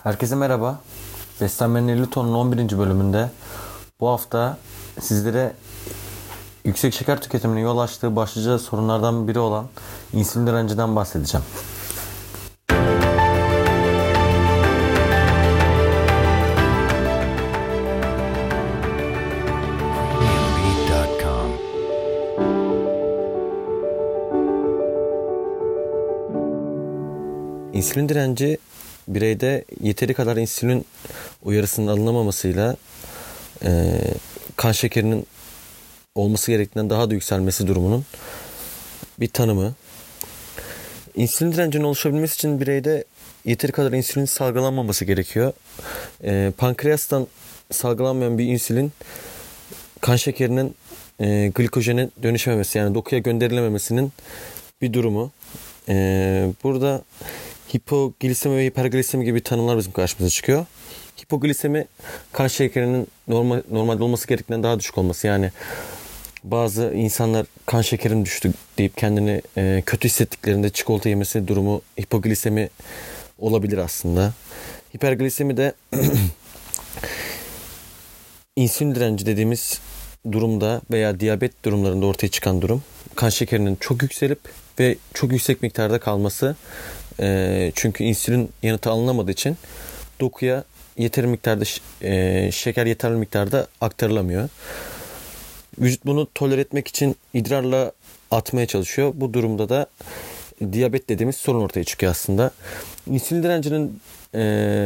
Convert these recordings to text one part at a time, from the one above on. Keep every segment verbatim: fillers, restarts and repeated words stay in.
Herkese merhaba. Beslenmenin elli tonunun on birinci bölümünde bu hafta sizlere yüksek şeker tüketiminin yol açtığı başlıca sorunlardan biri olan insülin direnciden bahsedeceğim. İnsülin direnci bireyde yeteri kadar insülin uyarısının alınamamasıyla e, kan şekerinin olması gerektiğinden daha da yükselmesi durumunun bir tanımı. İnsülin direncinin oluşabilmesi için bireyde yeteri kadar insülin salgılanmaması gerekiyor. E, pankreastan salgılanmayan bir insülin kan şekerinin e, glikojene dönüşememesi, yani dokuya gönderilememesinin bir durumu. E, burada hipoglisemi ve hiperglisemi gibi tanımlar bizim karşımıza çıkıyor. Hipoglisemi kan şekerinin normal normalde olması gerektiğinden daha düşük olması. Yani bazı insanlar kan şekerim düştü deyip kendini e, kötü hissettiklerinde çikolata yemesi durumu hipoglisemi olabilir aslında. Hiperglisemi de insülin direnci dediğimiz durumda veya diyabet durumlarında ortaya çıkan durum. Kan şekerinin çok yükselip ve çok yüksek miktarda kalması. E, çünkü insülin yanıtı alınamadığı için dokuya yeteri miktarda e, şeker yeterli miktarda aktarılamıyor. Vücut bunu tolere etmek için idrarla atmaya çalışıyor. Bu durumda da diyabet dediğimiz sorun ortaya çıkıyor aslında. İnsülin direncinin e,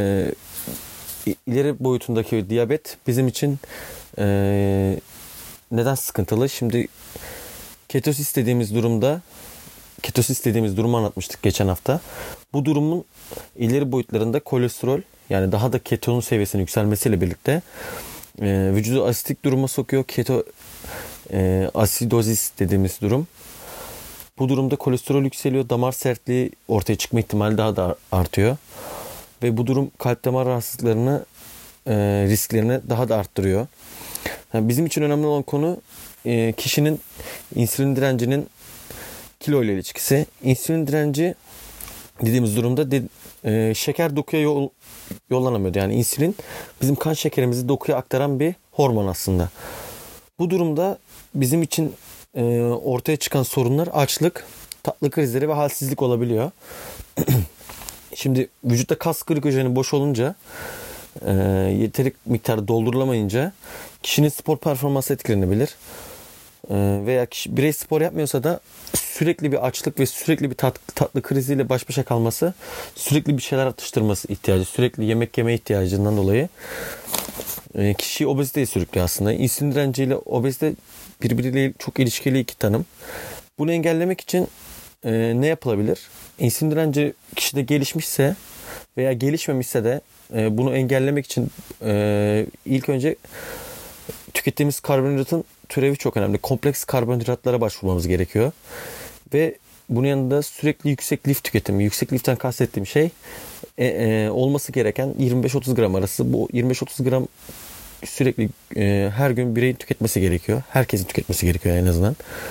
ileri boyutundaki diyabet bizim için e, neden sıkıntılı? Şimdi ketosis dediğimiz durumda ketosis dediğimiz durumu anlatmıştık geçen hafta. Bu durumun ileri boyutlarında kolesterol, yani daha da ketonun seviyesinin yükselmesiyle birlikte e, vücudu asitik duruma sokuyor. Keto e, asidozis dediğimiz durum. Bu durumda kolesterol yükseliyor. Damar sertliği ortaya çıkma ihtimali daha da artıyor. Ve bu durum kalp damar rahatsızlıklarını e, risklerini daha da arttırıyor. Yani bizim için önemli olan konu e, kişinin insülin direncinin kilo ile ilişkisi. İnsülin direnci dediğimiz durumda de, e, şeker dokuya yol, yollanamıyordu. Yani insülin bizim kan şekerimizi dokuya aktaran bir hormon aslında. Bu durumda bizim için e, ortaya çıkan sorunlar açlık, tatlı krizleri ve halsizlik olabiliyor. Şimdi vücutta kas glikojeni boş olunca, e, yeteri miktarda doldurulamayınca kişinin spor performansı etkilenebilir. E, veya kişi, birey spor yapmıyorsa da sürekli bir açlık ve sürekli bir tat, tatlı kriziyle baş başa kalması, sürekli bir şeyler atıştırması ihtiyacı, sürekli yemek yeme ihtiyacından dolayı e, kişiyi obeziteye sürüklüyor aslında. İnsülin direnciyle obezite birbiriyle çok ilişkili iki tanım. Bunu engellemek için e, ne yapılabilir? İnsülin direnci kişide gelişmişse veya gelişmemişse de e, bunu engellemek için e, ilk önce tükettiğimiz karbonhidratın türevi çok önemli. Kompleks karbonhidratlara başvurmamız gerekiyor. Ve bunun yanında sürekli yüksek lif tüketimi. Yüksek liften kastettiğim şey e, e, olması gereken yirmi beş otuz gram arası. Bu yirmi beş otuz gram sürekli e, her gün bireyin tüketmesi gerekiyor. Herkesin tüketmesi gerekiyor en azından.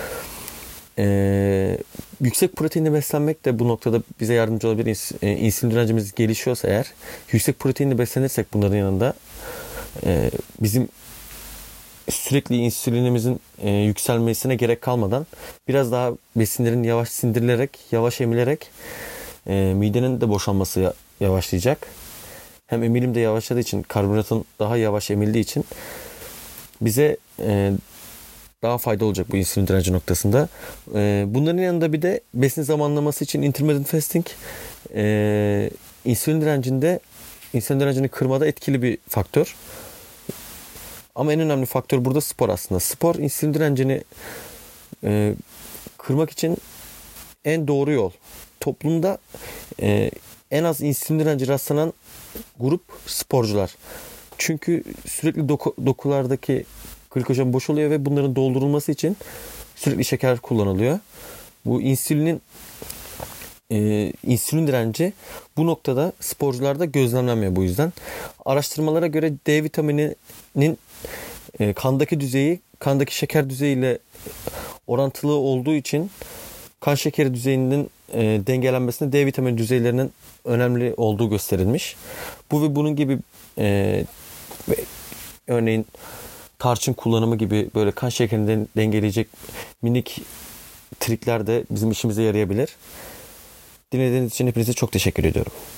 E, yüksek proteinle beslenmek de bu noktada bize yardımcı olabilir. E, insülin direncimiz gelişiyorsa eğer, yüksek proteinle beslenirsek bunların yanında e, bizim sürekli insülinimizin e, yükselmesine gerek kalmadan biraz daha besinlerin yavaş sindirilerek, yavaş emilerek e, midenin de boşalması yavaşlayacak. Hem emilim de yavaşladığı için, karbonhidratın daha yavaş emildiği için bize e, daha faydalı olacak bu insülin direnci noktasında. E, bunların yanında bir de besin zamanlaması için intermittent fasting e, insülin direncinde insülin direncini kırmada etkili bir faktör. Ama en önemli faktör burada spor aslında. Spor insülin direncini e, kırmak için en doğru yol. Toplumda e, en az insülin direnci rastlanan grup sporcular. Çünkü sürekli doku, dokulardaki glikojen boşalıyor ve bunların doldurulması için sürekli şeker kullanılıyor. Bu insülinin e, insülin direnci bu noktada sporcularda gözlemlenmiyor bu yüzden. Araştırmalara göre D vitamininin e, kandaki düzeyi, kandaki şeker düzeyiyle orantılı olduğu için kan şekeri düzeyinin e, dengelenmesinde D vitamini düzeylerinin önemli olduğu gösterilmiş. Bu ve bunun gibi e, örneğin tarçın kullanımı gibi böyle kan şekerini dengeleyecek minik trikler de bizim işimize yarayabilir. Dinlediğiniz için hepinize çok teşekkür ediyorum.